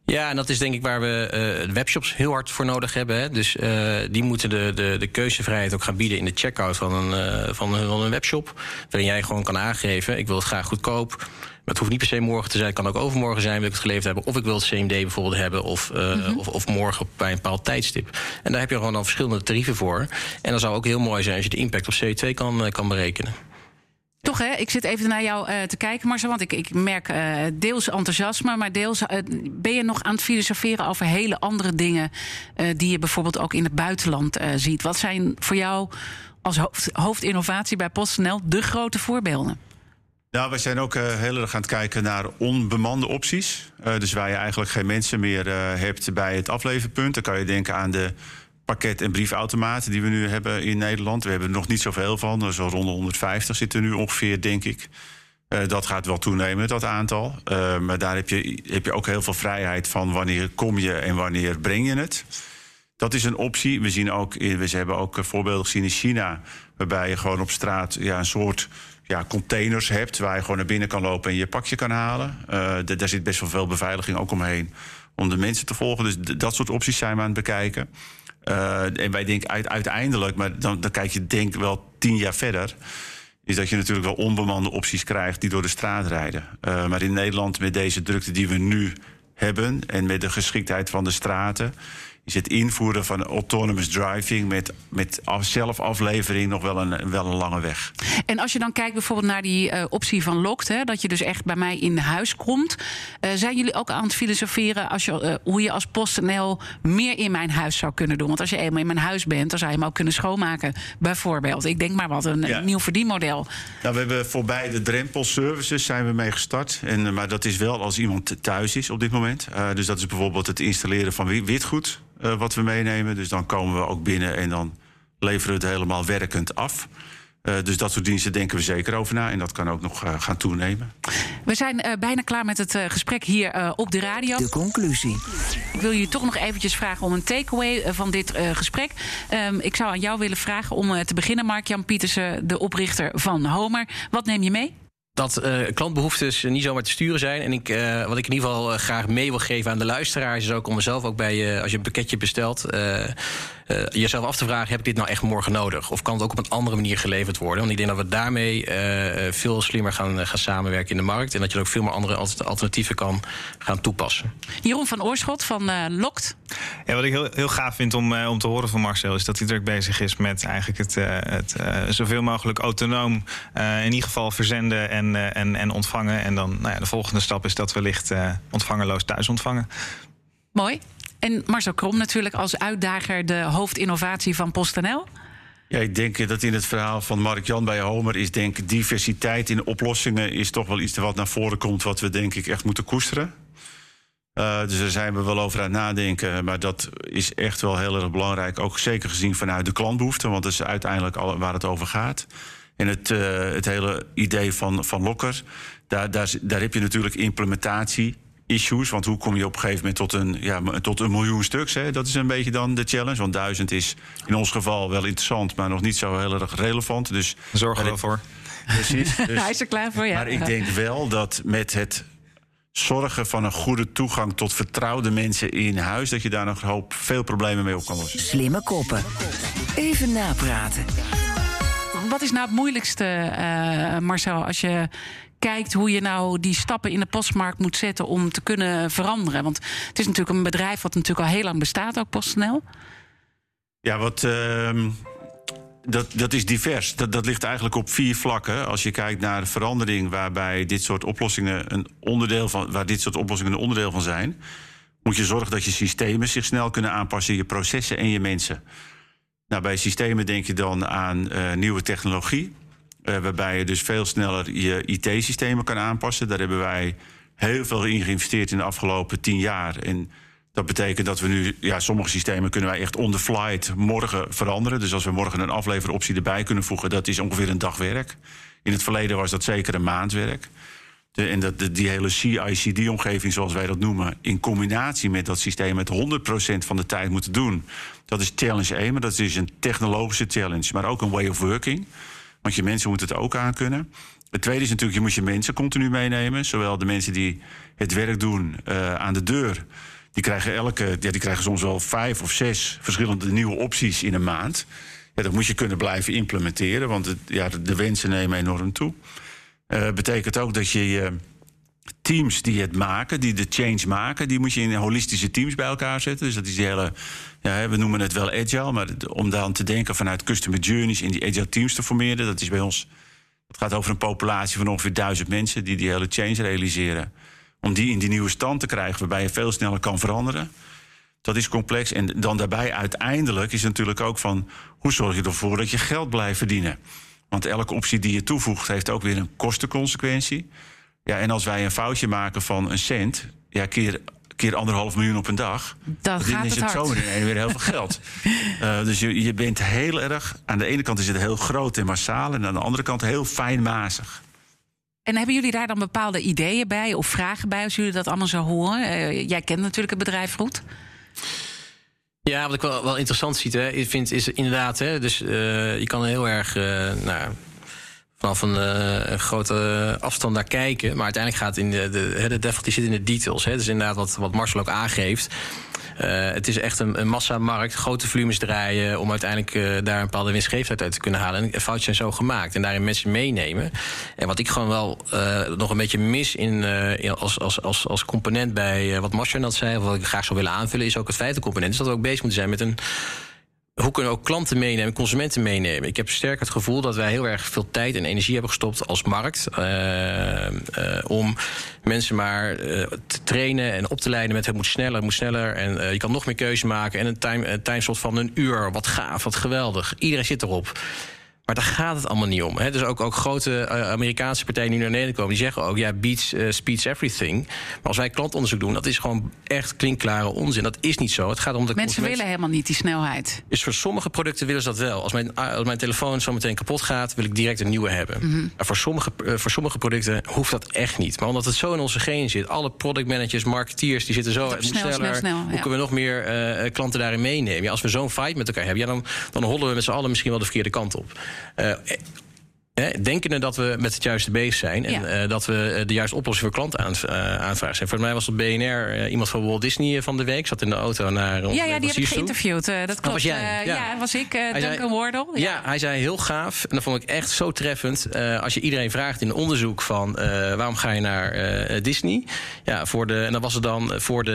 Ja, en dat is denk ik waar we uh, de webshops heel hard voor nodig hebben. Hè. Dus uh, die moeten de, de, de keuzevrijheid ook gaan bieden in de checkout van een, uh, van, een, van een webshop. Waarin jij gewoon kan aangeven, ik wil het graag goedkoop. Het hoeft niet per se morgen te zijn, het kan ook overmorgen zijn, wil ik het geleverd hebben. Of ik wil het C M D bijvoorbeeld hebben, of, uh, mm-hmm. of, of morgen bij een bepaald tijdstip. En daar heb je gewoon dan verschillende tarieven voor. En dan zou het ook heel mooi zijn als je de impact op C O twee kan, uh, kan berekenen. Toch, hè? Ik zit even naar jou uh, te kijken, Marcel, want ik, ik merk uh, deels enthousiasme, maar deels uh, ben je nog aan het filosoferen over hele andere dingen uh, die je bijvoorbeeld ook in het buitenland uh, ziet. Wat zijn voor jou als hoofd, hoofdinnovatie bij PostNL de grote voorbeelden? Nou, we zijn ook uh, heel erg aan het kijken naar onbemande opties. Uh, dus waar je eigenlijk geen mensen meer uh, hebt bij het afleverpunt. Dan kan je denken aan de pakket- en briefautomaten die we nu hebben in Nederland. We hebben er nog niet zoveel van. Zo rond de honderdvijftig zitten er nu ongeveer, denk ik. Uh, dat gaat wel toenemen, dat aantal. Uh, maar daar heb je, heb je ook heel veel vrijheid van wanneer kom je en wanneer breng je het. Dat is een optie. We, zien ook, we hebben ook voorbeelden gezien in China, waarbij je gewoon op straat ja, een soort ja, containers hebt waar je gewoon naar binnen kan lopen en je pakje kan halen. Uh, d- daar zit best wel veel beveiliging ook omheen om de mensen te volgen. Dus d- dat soort opties zijn we aan het bekijken. Uh, en wij denken uit, uiteindelijk, maar dan, dan kijk je denk wel tien jaar verder, is dat je natuurlijk wel onbemande opties krijgt die door de straat rijden. Uh, maar in Nederland, met deze drukte die we nu hebben en met de geschiktheid van de straten, is het invoeren van autonomous driving met, met af, zelfaflevering nog wel een, wel een lange weg. En als je dan kijkt bijvoorbeeld naar die uh, optie van Lokt, hè, dat je dus echt bij mij in huis komt. Uh, zijn jullie ook aan het filosoferen als je, uh, hoe je als PostNL meer in mijn huis zou kunnen doen? Want als je eenmaal in mijn huis bent, dan zou je hem ook kunnen schoonmaken, bijvoorbeeld. Ik denk maar wat, een ja. nieuw verdienmodel. Nou, we hebben voorbij de drempelservices zijn we mee gestart. En, uh, maar dat is wel als iemand thuis is op dit moment. Uh, dus dat is bijvoorbeeld het installeren van witgoed. Uh, wat we meenemen. Dus dan komen we ook binnen en dan leveren we het helemaal werkend af. Uh, dus dat soort diensten denken we zeker over na. En dat kan ook nog uh, gaan toenemen. We zijn uh, bijna klaar met het uh, gesprek hier uh, op de radio. De conclusie. Ik wil jullie toch nog eventjes vragen om een takeaway uh, van dit uh, gesprek. Um, ik zou aan jou willen vragen om uh, te beginnen, Mark-Jan Pietersen, de oprichter van Homer. Wat neem je mee? Dat uh, klantbehoeftes niet zomaar te sturen zijn. En ik, uh, wat ik in ieder geval uh, graag mee wil geven aan de luisteraars, is ook om mezelf ook bij, uh, als je een pakketje bestelt, uh, uh, jezelf af te vragen, heb ik dit nou echt morgen nodig? Of kan het ook op een andere manier geleverd worden? Want ik denk dat we daarmee uh, veel slimmer gaan, uh, gaan samenwerken in de markt. En dat je er ook veel meer andere alternatieven kan gaan toepassen. Jeroen van Oorschot van uh, Lokt. Ja, wat ik heel, heel gaaf vind om, uh, om te horen van Marcel, is dat hij druk bezig is met eigenlijk het, uh, het uh, zoveel mogelijk autonoom uh, in ieder geval verzenden en En, en, en ontvangen. En dan nou ja, de volgende stap is dat wellicht uh, ontvangerloos thuis ontvangen. Mooi. En Marcel Krom natuurlijk als uitdager de hoofdinnovatie van PostNL. Ja, ik denk dat in het verhaal van Mark-Jan bij Homer is denk ik diversiteit in oplossingen is toch wel iets wat naar voren komt wat we denk ik echt moeten koesteren. Uh, dus daar zijn we wel over aan het nadenken. Maar dat is echt wel heel erg belangrijk. Ook zeker gezien vanuit de klantbehoeften. Want dat is uiteindelijk al waar het over gaat. En het, uh, het hele idee van, van Lokker, daar, daar, daar heb je natuurlijk implementatie-issues. Want hoe kom je op een gegeven moment tot een, ja, tot een miljoen stuks? Hè? Dat is een beetje dan de challenge. Want duizend is in ons geval wel interessant, maar nog niet zo heel erg relevant. Dus zorgen we wel voor. Precies. Dus, hij is er klaar voor, ja. Maar ik denk wel dat met het zorgen van een goede toegang tot vertrouwde mensen in huis, dat je daar nog een hoop veel problemen mee op kan lossen. Slimme koppen. Even napraten. Wat is nou het moeilijkste, uh, Marcel, als je kijkt hoe je nou die stappen in de postmarkt moet zetten om te kunnen veranderen? Want het is natuurlijk een bedrijf wat natuurlijk al heel lang bestaat, ook PostNL. Ja, wat, uh, dat, dat is divers. Dat, dat ligt eigenlijk op vier vlakken. Als je kijkt naar de verandering waarbij dit soort oplossingen een onderdeel van, waar dit soort oplossingen een onderdeel van zijn, moet je zorgen dat je systemen zich snel kunnen aanpassen, je processen en je mensen. Nou, bij systemen denk je dan aan uh, nieuwe technologie, uh, waarbij je dus veel sneller je I T-systemen kan aanpassen. Daar hebben wij heel veel in geïnvesteerd in de afgelopen tien jaar. En dat betekent dat we nu, ja, sommige systemen kunnen wij echt on the fly morgen veranderen. Dus als we morgen een afleveroptie erbij kunnen voegen, dat is ongeveer een dag werk. In het verleden was dat zeker een maand werk. De, en dat, de, die hele C I C D-omgeving, zoals wij dat noemen, in combinatie met dat systeem het honderd procent van de tijd moeten doen, dat is challenge één, maar dat is een technologische challenge, maar ook een way of working. Want je mensen moeten het ook aankunnen. Het tweede is natuurlijk, je moet je mensen continu meenemen. Zowel de mensen die het werk doen uh, aan de deur, Die krijgen, elke, ja, die krijgen soms wel vijf of zes verschillende nieuwe opties in een maand. Ja, dat moet je kunnen blijven implementeren, want het, ja, de wensen nemen enorm toe. Uh, betekent ook dat je je teams die het maken, die de change maken, die moet je in holistische teams bij elkaar zetten. Dus dat is die hele, ja, we noemen het wel agile, maar om dan te denken vanuit customer journeys in die agile teams te formeren, dat is bij ons, het gaat over een populatie van ongeveer duizend mensen die die hele change realiseren. Om die in die nieuwe stand te krijgen, waarbij je veel sneller kan veranderen. Dat is complex. En dan daarbij uiteindelijk is natuurlijk ook van, hoe zorg je ervoor dat je geld blijft verdienen? Want elke optie die je toevoegt heeft ook weer een kostenconsequentie. Ja, en als wij een foutje maken van een cent, ja, keer, keer anderhalf miljoen op een dag, dan gaat is het het hard. zo meteen weer heel veel geld. uh, dus je, je bent heel erg, aan de ene kant is het heel groot en massaal, en aan de andere kant heel fijnmazig. En hebben jullie daar dan bepaalde ideeën bij of vragen bij als jullie dat allemaal zo horen? Uh, jij kent natuurlijk het bedrijf goed. Ja, wat ik wel, wel interessant zie, hè, ik vind, is inderdaad, hè, dus uh, je kan heel erg, uh, nou, vanaf een, uh, een grote afstand naar kijken, maar uiteindelijk gaat in de, de, de devil die zit in de details. Hè, dus inderdaad wat, wat Marcel ook aangeeft. Uh, het is echt een, een massamarkt, grote volumes draaien om uiteindelijk uh, daar een bepaalde winstgevendheid uit te kunnen halen. En foutjes zijn zo gemaakt en daarin mensen meenemen. En wat ik gewoon wel uh, nog een beetje mis in, uh, in als, als, als, als component bij uh, wat Marcel net zei, of wat ik graag zou willen aanvullen, is ook het vijfde component. Is dat we ook bezig moeten zijn met een, hoe kunnen we ook klanten meenemen, consumenten meenemen? Ik heb sterk het gevoel dat wij heel erg veel tijd en energie hebben gestopt als markt uh, uh, om mensen maar uh, te trainen en op te leiden met het moet sneller, het moet sneller en uh, je kan nog meer keuze maken en een time, een timeslot van een uur. Wat gaaf, wat geweldig. Iedereen zit erop. Maar daar gaat het allemaal niet om. Hè. Dus ook, ook grote uh, Amerikaanse partijen die naar Nederland komen, die zeggen ook, ja, beats, uh, speeds everything. Maar als wij klantonderzoek doen, dat is gewoon echt klinkklare onzin. Dat is niet zo. Het gaat om de Mensen willen helemaal niet die snelheid. Dus voor sommige producten willen ze dat wel. Als mijn, als mijn telefoon zo meteen kapot gaat, wil ik direct een nieuwe hebben. Mm-hmm. Maar voor sommige, uh, voor sommige producten hoeft dat echt niet. Maar omdat het zo in onze genen zit, alle productmanagers, marketeers, die zitten zo, het moet snel, sneller. snel, snel, Hoe ja. kunnen we nog meer uh, klanten daarin meenemen? Ja, als we zo'n fight met elkaar hebben, ja, dan, dan hollen we met z'n allen misschien wel de verkeerde kant op. Uh, Denkende dat we met het juiste bezig zijn en Ja. uh, dat we de juiste oplossing voor klanten aan, uh, aanvragen zijn. Voor mij was op B N R uh, iemand van Walt Disney van de week. Zat in de auto naar onze Ja, ja, die heb ik toe. geïnterviewd. Uh, dat klopt. was jij? Uh, Ja. ja, was ik. Uh, Hij Duncan zei- Wardle. Ja. ja, hij zei heel gaaf. En dat vond ik echt zo treffend. Uh, als je iedereen vraagt in een onderzoek van uh, waarom ga je naar uh, Disney? Ja, voor de, en dan was het dan voor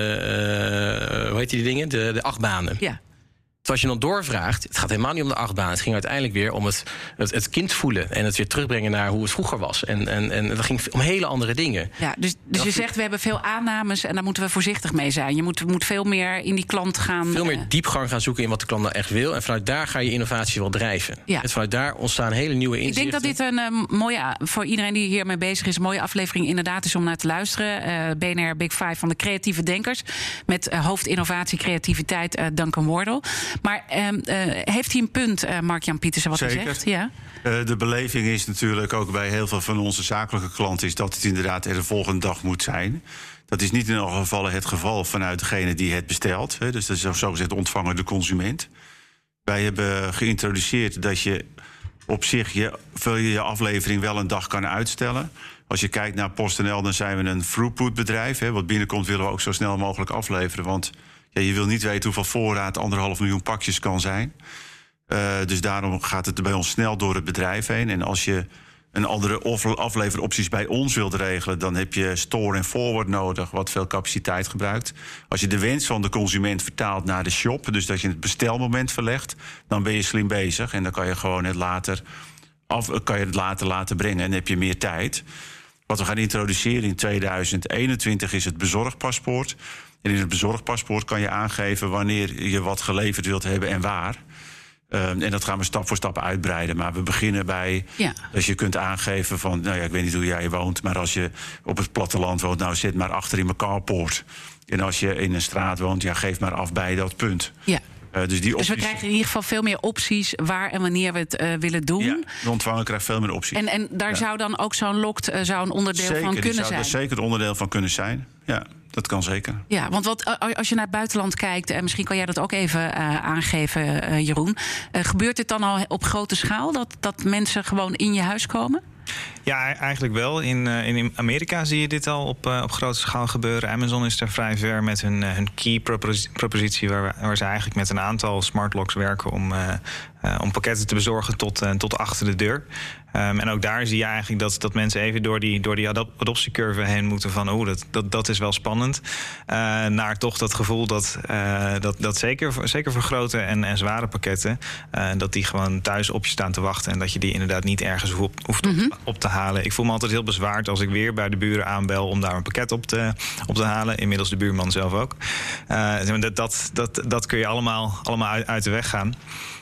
de, uh, hoe heet die dingen? De, de achtbanen. Ja. Dus als je dan doorvraagt, het gaat helemaal niet om de achtbaan. Het ging uiteindelijk weer om het, het, het kind voelen en het weer terugbrengen naar hoe het vroeger was. En, en, en dat ging om hele andere dingen. Ja, dus dus je Dat- zegt, we hebben veel aannames en daar moeten we voorzichtig mee zijn. Je moet, moet veel meer in die klant gaan. Veel uh, meer diepgang gaan zoeken in wat de klant nou echt wil. En vanuit daar ga je innovatie wel drijven. Ja. En vanuit daar ontstaan hele nieuwe Ik inzichten. denk dat dit een uh, mooie, voor iedereen die hiermee bezig is, een mooie aflevering inderdaad is om naar te luisteren. Uh, B N R Big Five van de creatieve denkers. Met uh, hoofdinnovatie, creativiteit, uh, Duncan Wardle. Maar um, uh, heeft hij een punt, uh, Mark-Jan Pietersen, wat Zeker. hij zegt? Ja. Uh, de beleving is natuurlijk ook bij heel veel van onze zakelijke klanten is dat het inderdaad er de volgende dag moet zijn. Dat is niet in alle gevallen het geval vanuit degene die het bestelt. Hè. Dus dat is zogezegd ontvangen de consument. Wij hebben geïntroduceerd dat je op zich je, vul je, je aflevering wel een dag kan uitstellen. Als je kijkt naar PostNL, dan zijn we een throughput bedrijf. Hè. Wat binnenkomt willen we ook zo snel mogelijk afleveren. Want ja, je wil niet weten hoeveel voorraad anderhalf miljoen pakjes kan zijn. Uh, dus daarom gaat het bij ons snel door het bedrijf heen. En als je een andere afleveropties bij ons wilt regelen, dan heb je store en forward nodig, wat veel capaciteit gebruikt. Als je de wens van de consument vertaalt naar de shop, dus dat je het bestelmoment verlegt, dan ben je slim bezig. En dan kan je gewoon het later, af, kan je het later laten brengen en dan heb je meer tijd. Wat we gaan introduceren in tweeduizend eenentwintig is het bezorgpaspoort. En in het bezorgpaspoort kan je aangeven wanneer je wat geleverd wilt hebben en waar. Uh, en dat gaan we stap voor stap uitbreiden. Maar we beginnen bij, Ja. als je kunt aangeven van, nou ja, ik weet niet hoe jij woont, maar als je op het platteland woont, nou zit maar achter in mijn carport. En als je in een straat woont, ja, geef maar af bij dat punt. Ja. Uh, dus die Dus opties, we krijgen in ieder geval veel meer opties waar en wanneer we het uh, willen doen. ja, de ontvanger krijgt veel meer opties. En, en daar Ja. zou dan ook zo'n locked uh, zou een onderdeel zeker, van die kunnen zou zijn. er zeker een onderdeel van kunnen zijn. Ja, dat kan zeker. Ja, want wat, uh, als je naar het buitenland kijkt, en misschien kan jij dat ook even uh, aangeven, uh, Jeroen. Uh, gebeurt dit dan al op grote schaal, dat, dat mensen gewoon in je huis komen? Ja, eigenlijk wel. In, uh, in Amerika zie je dit al op, uh, op grote schaal gebeuren. Amazon is er vrij ver met hun, uh, hun key-propositie... Waar, waar ze eigenlijk met een aantal smart locks werken... om, uh, uh, om pakketten te bezorgen tot, uh, tot achter de deur. Um, en ook daar zie je eigenlijk dat, dat mensen even door die, door die adop- adoptiecurve heen moeten... van oh, dat, dat, dat is wel spannend. Uh, naar toch dat gevoel dat, uh, dat, dat zeker, zeker voor grote en, en zware pakketten... Uh, dat die gewoon thuis op je staan te wachten... en dat je die inderdaad niet ergens hoeft, hoeft mm-hmm. op, op te halen. Ik voel me altijd heel bezwaard als ik weer bij de buren aanbel... om daar een pakket op te, op te halen. Inmiddels de buurman zelf ook. Uh, dat, dat, dat, dat kun je allemaal, allemaal uit, uit de weg gaan.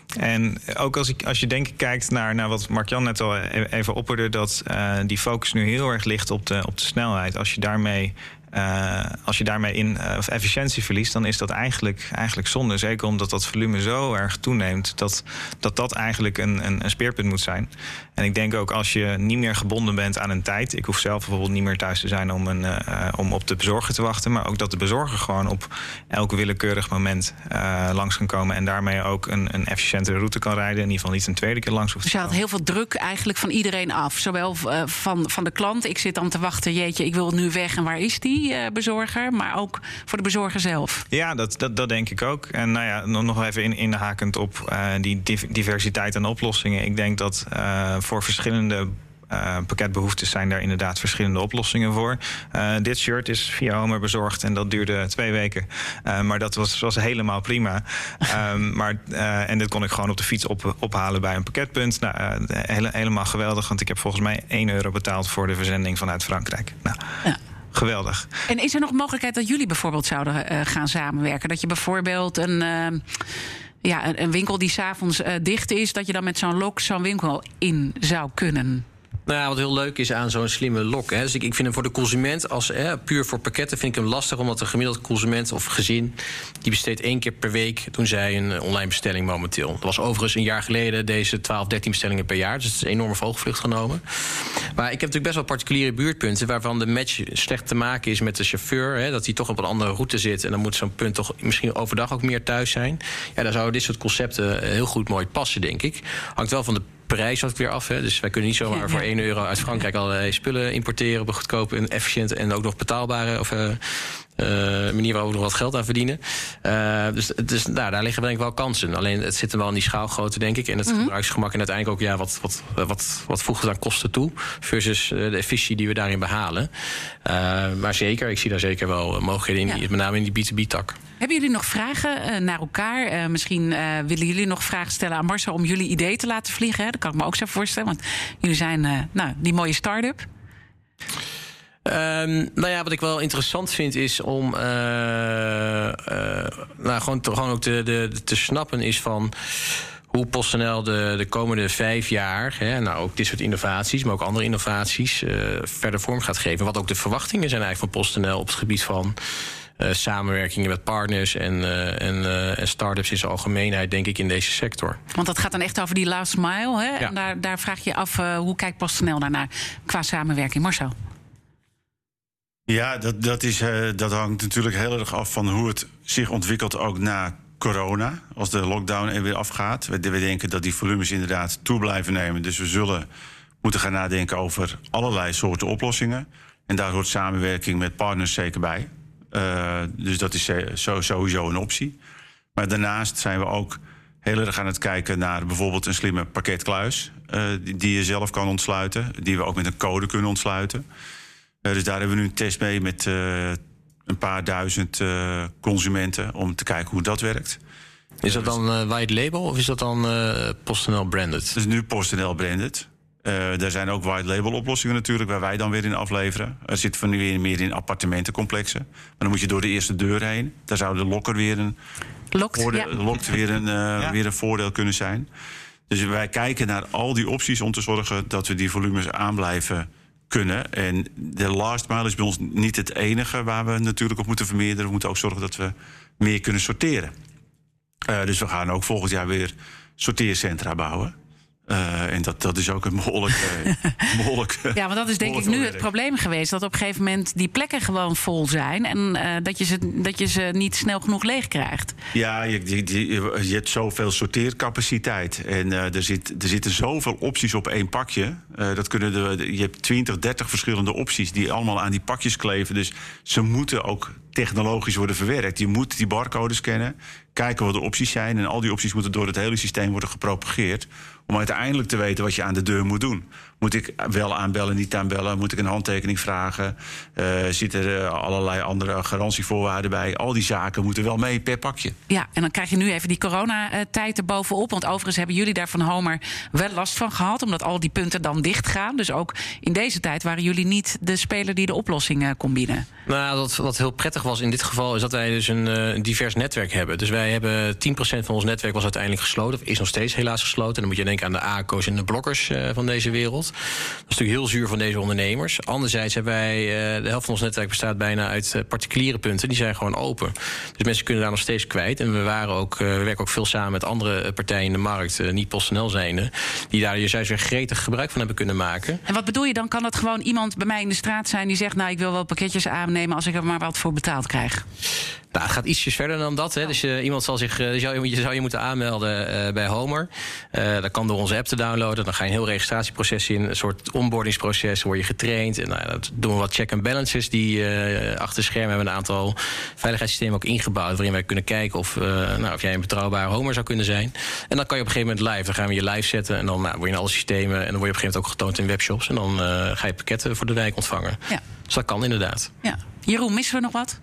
En ook als, ik, als je denk ik kijkt naar, naar wat Mark-Jan net al even opperde... dat uh, die focus nu heel erg ligt op de, op de snelheid. Als je daarmee... Uh, als je daarmee in uh, of efficiëntie verliest, dan is dat eigenlijk, eigenlijk zonde. Zeker omdat dat volume zo erg toeneemt, dat dat, dat eigenlijk een, een, een speerpunt moet zijn. En ik denk ook als je niet meer gebonden bent aan een tijd... ik hoef zelf bijvoorbeeld niet meer thuis te zijn om, een, uh, om op de bezorger te wachten... maar ook dat de bezorger gewoon op elk willekeurig moment uh, langs kan komen... en daarmee ook een, een efficiëntere route kan rijden. In ieder geval niet een tweede keer langs hoeft te komen. Dus je haalt heel veel druk eigenlijk van iedereen af. Zowel uh, van, van de klant, ik zit dan te wachten... jeetje, ik wil nu weg en waar is die? Uh, bezorger, maar ook voor de bezorger zelf. Ja, dat, dat, dat denk ik ook. En nou ja, nog even in, inhakend op uh, die diversiteit aan oplossingen. Ik denk dat uh, voor verschillende Uh, pakketbehoeftes zijn daar inderdaad verschillende oplossingen voor. Uh, dit shirt is via Homer bezorgd en dat duurde twee weken. Uh, maar dat was, was helemaal prima. um, maar, uh, en dit kon ik gewoon op de fiets op, ophalen bij een pakketpunt. Nou, uh, hele, helemaal geweldig, want ik heb volgens mij één euro betaald... voor de verzending vanuit Frankrijk. Nou, ja. Geweldig. En is er nog mogelijkheid dat jullie bijvoorbeeld zouden uh, gaan samenwerken? Dat je bijvoorbeeld een, uh, ja, een, een winkel die 's avonds uh, dicht is... dat je dan met zo'n lok zo'n winkel in zou kunnen? Nou ja, wat heel leuk is aan zo'n slimme lok. Hè. Dus ik, ik vind hem voor de consument, als hè, puur voor pakketten... vind ik hem lastig, omdat een gemiddeld consument of gezin... die besteedt één keer per week doen zij een online bestelling momenteel. Dat was overigens een jaar geleden deze twaalf, dertien bestellingen per jaar. Dus het is een enorme vogelvlucht genomen. Maar ik heb natuurlijk best wel particuliere buurtpunten... waarvan de match slecht te maken is met de chauffeur. Hè, dat hij toch op een andere route zit... en dan moet zo'n punt toch misschien overdag ook meer thuis zijn. Ja, daar zouden dit soort concepten heel goed mooi passen, denk ik. Hangt wel van de prijs had ik weer af. Hè. Dus wij kunnen niet zomaar ja, ja. voor één euro uit Frankrijk allerlei spullen importeren op een goedkope en efficiënte en ook nog betaalbare of uh, uh, manier waar we nog wat geld aan verdienen. Uh, dus dus nou, daar liggen denk ik wel kansen. Alleen het zit er wel in die schaalgrootte, denk ik. En het mm-hmm. gebruiksgemak en uiteindelijk ook ja, wat, wat, wat, wat voegt het aan kosten toe versus uh, de efficiëntie die we daarin behalen. Uh, maar zeker, ik zie daar zeker wel mogelijkheden in, ja. die, met name in die B twee B-tak. Hebben jullie nog vragen uh, naar elkaar? Uh, misschien uh, willen jullie nog vragen stellen aan Marcel om jullie idee te laten vliegen. Hè? Dat kan ik me ook zo voorstellen, want jullie zijn uh, nou, die mooie start-up. Um, nou ja, wat ik wel interessant vind is om uh, uh, nou, gewoon, te, gewoon ook te, de, te snappen is van hoe PostNL de, de komende vijf jaar, hè, nou ook dit soort innovaties, maar ook andere innovaties, uh, verder vorm gaat geven. Wat ook de verwachtingen zijn eigenlijk van PostNL op het gebied van Uh, samenwerkingen met partners en, uh, en, uh, en start-ups in zijn algemeenheid, denk ik, in deze sector. Want dat gaat dan echt over die last mile, hè? Ja. En daar, daar vraag je je af, uh, hoe kijkt PostNL daarnaar qua samenwerking? Marcel? Ja, dat, dat, is, uh, dat hangt natuurlijk heel erg af van hoe het zich ontwikkelt ook na corona. Als de lockdown er weer afgaat. We, we denken dat die volumes inderdaad toe blijven nemen. Dus we zullen moeten gaan nadenken over allerlei soorten oplossingen. En daar hoort samenwerking met partners zeker bij. Uh, dus dat is zo, sowieso een optie. Maar daarnaast zijn we ook heel erg aan het kijken naar bijvoorbeeld een slimme pakketkluis. Uh, die, die je zelf kan ontsluiten. Die we ook met een code kunnen ontsluiten. Uh, dus daar hebben we nu een test mee met uh, een paar duizend uh, consumenten. Om te kijken hoe dat werkt. Is dat dan uh, white label of is dat dan uh, PostNL branded? Dat is nu PostNL branded. Uh, er zijn ook white label oplossingen natuurlijk, waar wij dan weer in afleveren. Er zit van nu weer meer in appartementencomplexen. Maar dan moet je door de eerste deur heen. Daar zou de lokker weer een, Lokt, voordeel, ja. lokt weer, een, uh, ja. weer een voordeel kunnen zijn. Dus wij kijken naar al die opties om te zorgen dat we die volumes aan blijven kunnen. En de last mile is bij ons niet het enige waar we natuurlijk op moeten vermeerderen. We moeten ook zorgen dat we meer kunnen sorteren. Uh, dus we gaan ook volgend jaar weer sorteercentra bouwen. Uh, en dat, dat is ook een behoorlijk... Uh, behoorlijk ja, want dat is denk ik nu het probleem geweest. Dat op een gegeven moment die plekken gewoon vol zijn. En uh, dat, je ze, dat je ze niet snel genoeg leeg krijgt. Ja, je, je, je hebt zoveel sorteercapaciteit. En uh, er, zit, er zitten zoveel opties op één pakje. Uh, dat kunnen de, je hebt twintig, dertig verschillende opties die allemaal aan die pakjes kleven. Dus ze moeten ook technologisch worden verwerkt. Je moet die barcode scannen, kijken wat de opties zijn. En al die opties moeten door het hele systeem worden gepropageerd. Om uiteindelijk te weten wat je aan de deur moet doen. Moet ik wel aanbellen, niet aanbellen? Moet ik een handtekening vragen? Uh, zitten er allerlei andere garantievoorwaarden bij? Al die zaken moeten wel mee per pakje. Ja, en dan krijg je nu even die coronatijd erbovenop. Want overigens hebben jullie daar van Homer wel last van gehad. Omdat al die punten dan dicht gaan. Dus ook in deze tijd waren jullie niet de speler die de oplossing kon bieden. Nou, wat, wat heel prettig was in dit geval is dat wij dus een, een divers netwerk hebben. Dus wij hebben tien procent van ons netwerk was uiteindelijk gesloten. Of is nog steeds helaas gesloten. En dan moet je denken aan de A C O's en de blokkers uh, van deze wereld. Dat is natuurlijk heel zuur van deze ondernemers. Anderzijds hebben wij, uh, de helft van ons netwerk bestaat bijna uit uh, particuliere punten. Die zijn gewoon open. Dus mensen kunnen daar nog steeds kwijt. En we, waren ook, uh, we werken ook veel samen met andere partijen in de markt, uh, niet PostNL zijnde, die daar juist weer gretig gebruik van hebben kunnen maken. En wat bedoel je dan? Kan dat gewoon iemand bij mij in de straat zijn die zegt, nou, ik wil wel pakketjes aannemen als ik er maar wat voor betaald krijg? Nou, het gaat ietsjes verder dan dat. Hè. Dus uh, iemand zal zich, uh, zou, je, zou je moeten aanmelden uh, bij Homer. Uh, dat kan door onze app te downloaden. Dan ga je een heel registratieproces in. Een soort onboardingsproces. Word je getraind. En nou, dat doen we wat check and balances. Die uh, achter schermen hebben een aantal veiligheidssystemen ook ingebouwd. Waarin wij kunnen kijken of, uh, nou, of jij een betrouwbare Homer zou kunnen zijn. En dan kan je op een gegeven moment live. Dan gaan we je live zetten. En dan nou, word je in alle systemen. En dan word je op een gegeven moment ook getoond in webshops. En dan uh, ga je pakketten voor de wijk ontvangen. Ja. Dus dat kan inderdaad. Ja. Jeroen, missen we nog wat?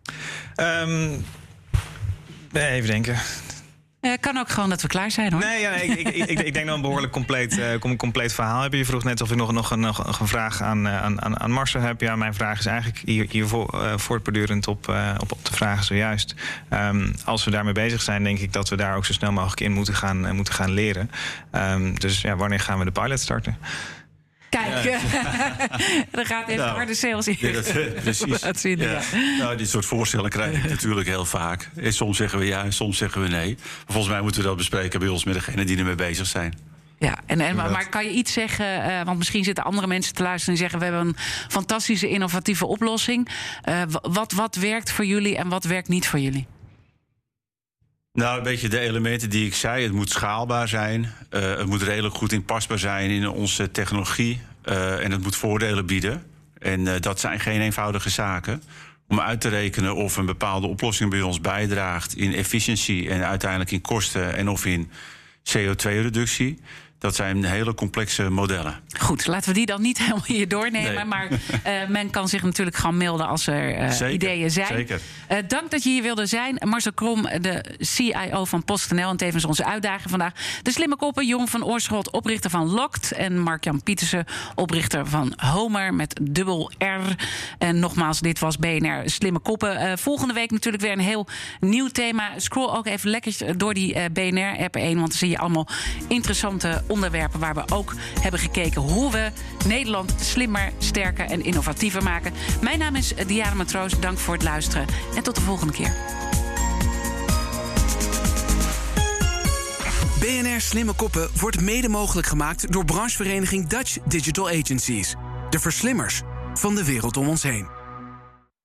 Um, even denken. Uh, kan ook gewoon dat we klaar zijn, hoor. Nee, ja, ik, ik, ik, ik denk dat we een behoorlijk compleet, uh, compleet verhaal hebben. Je vroeg net of ik nog, nog, een, nog een vraag aan, aan, aan Marcel heb. Ja, mijn vraag is eigenlijk hier, hier voor, uh, voortbordurend op, uh, op, op de vragen zojuist. Um, als we daarmee bezig zijn, denk ik dat we daar ook zo snel mogelijk in moeten gaan, uh, moeten gaan leren. Um, dus ja, wanneer gaan we de pilot starten? Kijk, ja. Er gaat even nou, harde sales in. Ja, dat, precies. Dat zien, ja. Ja. Nou, dit soort voorstellen krijg ik natuurlijk heel vaak. En soms zeggen we ja en soms zeggen we nee. Maar volgens mij moeten we dat bespreken bij ons met degenen die ermee bezig zijn. Ja, en, en, maar kan je iets zeggen, uh, want misschien zitten andere mensen te luisteren en zeggen, we hebben een fantastische innovatieve oplossing. Uh, wat, wat werkt voor jullie en wat werkt niet voor jullie? Nou, een beetje de elementen die ik zei. Het moet schaalbaar zijn. Uh, het moet redelijk goed inpasbaar zijn in onze technologie. Uh, en het moet voordelen bieden. En uh, dat zijn geen eenvoudige zaken. Om uit te rekenen of een bepaalde oplossing bij ons bijdraagt in efficiëntie en uiteindelijk in kosten en of in C O twee reductie. Dat zijn hele complexe modellen. Goed, laten we die dan niet helemaal hier doornemen. Nee. Maar uh, men kan zich natuurlijk gaan melden als er uh, zeker, ideeën zijn. Zeker. Uh, dank dat je hier wilde zijn. Marcel Krom, de C I O van PostNL en tevens onze uitdager vandaag. De slimme koppen, Jon van Oorschot, oprichter van Locked. En Mark-Jan Pietersen, oprichter van Homer met dubbel R. En nogmaals, dit was B N R Slimme Koppen. Uh, volgende week natuurlijk weer een heel nieuw thema. Scroll ook even lekker door die uh, B N R-app heen. Want dan zie je allemaal interessante onderwerpen waar we ook hebben gekeken hoe we Nederland slimmer, sterker en innovatiever maken. Mijn naam is Diana Matroos. Dank voor het luisteren en tot de volgende keer. B N R Slimme Koppen wordt mede mogelijk gemaakt door branchevereniging Dutch Digital Agencies. De verslimmers van de wereld om ons heen.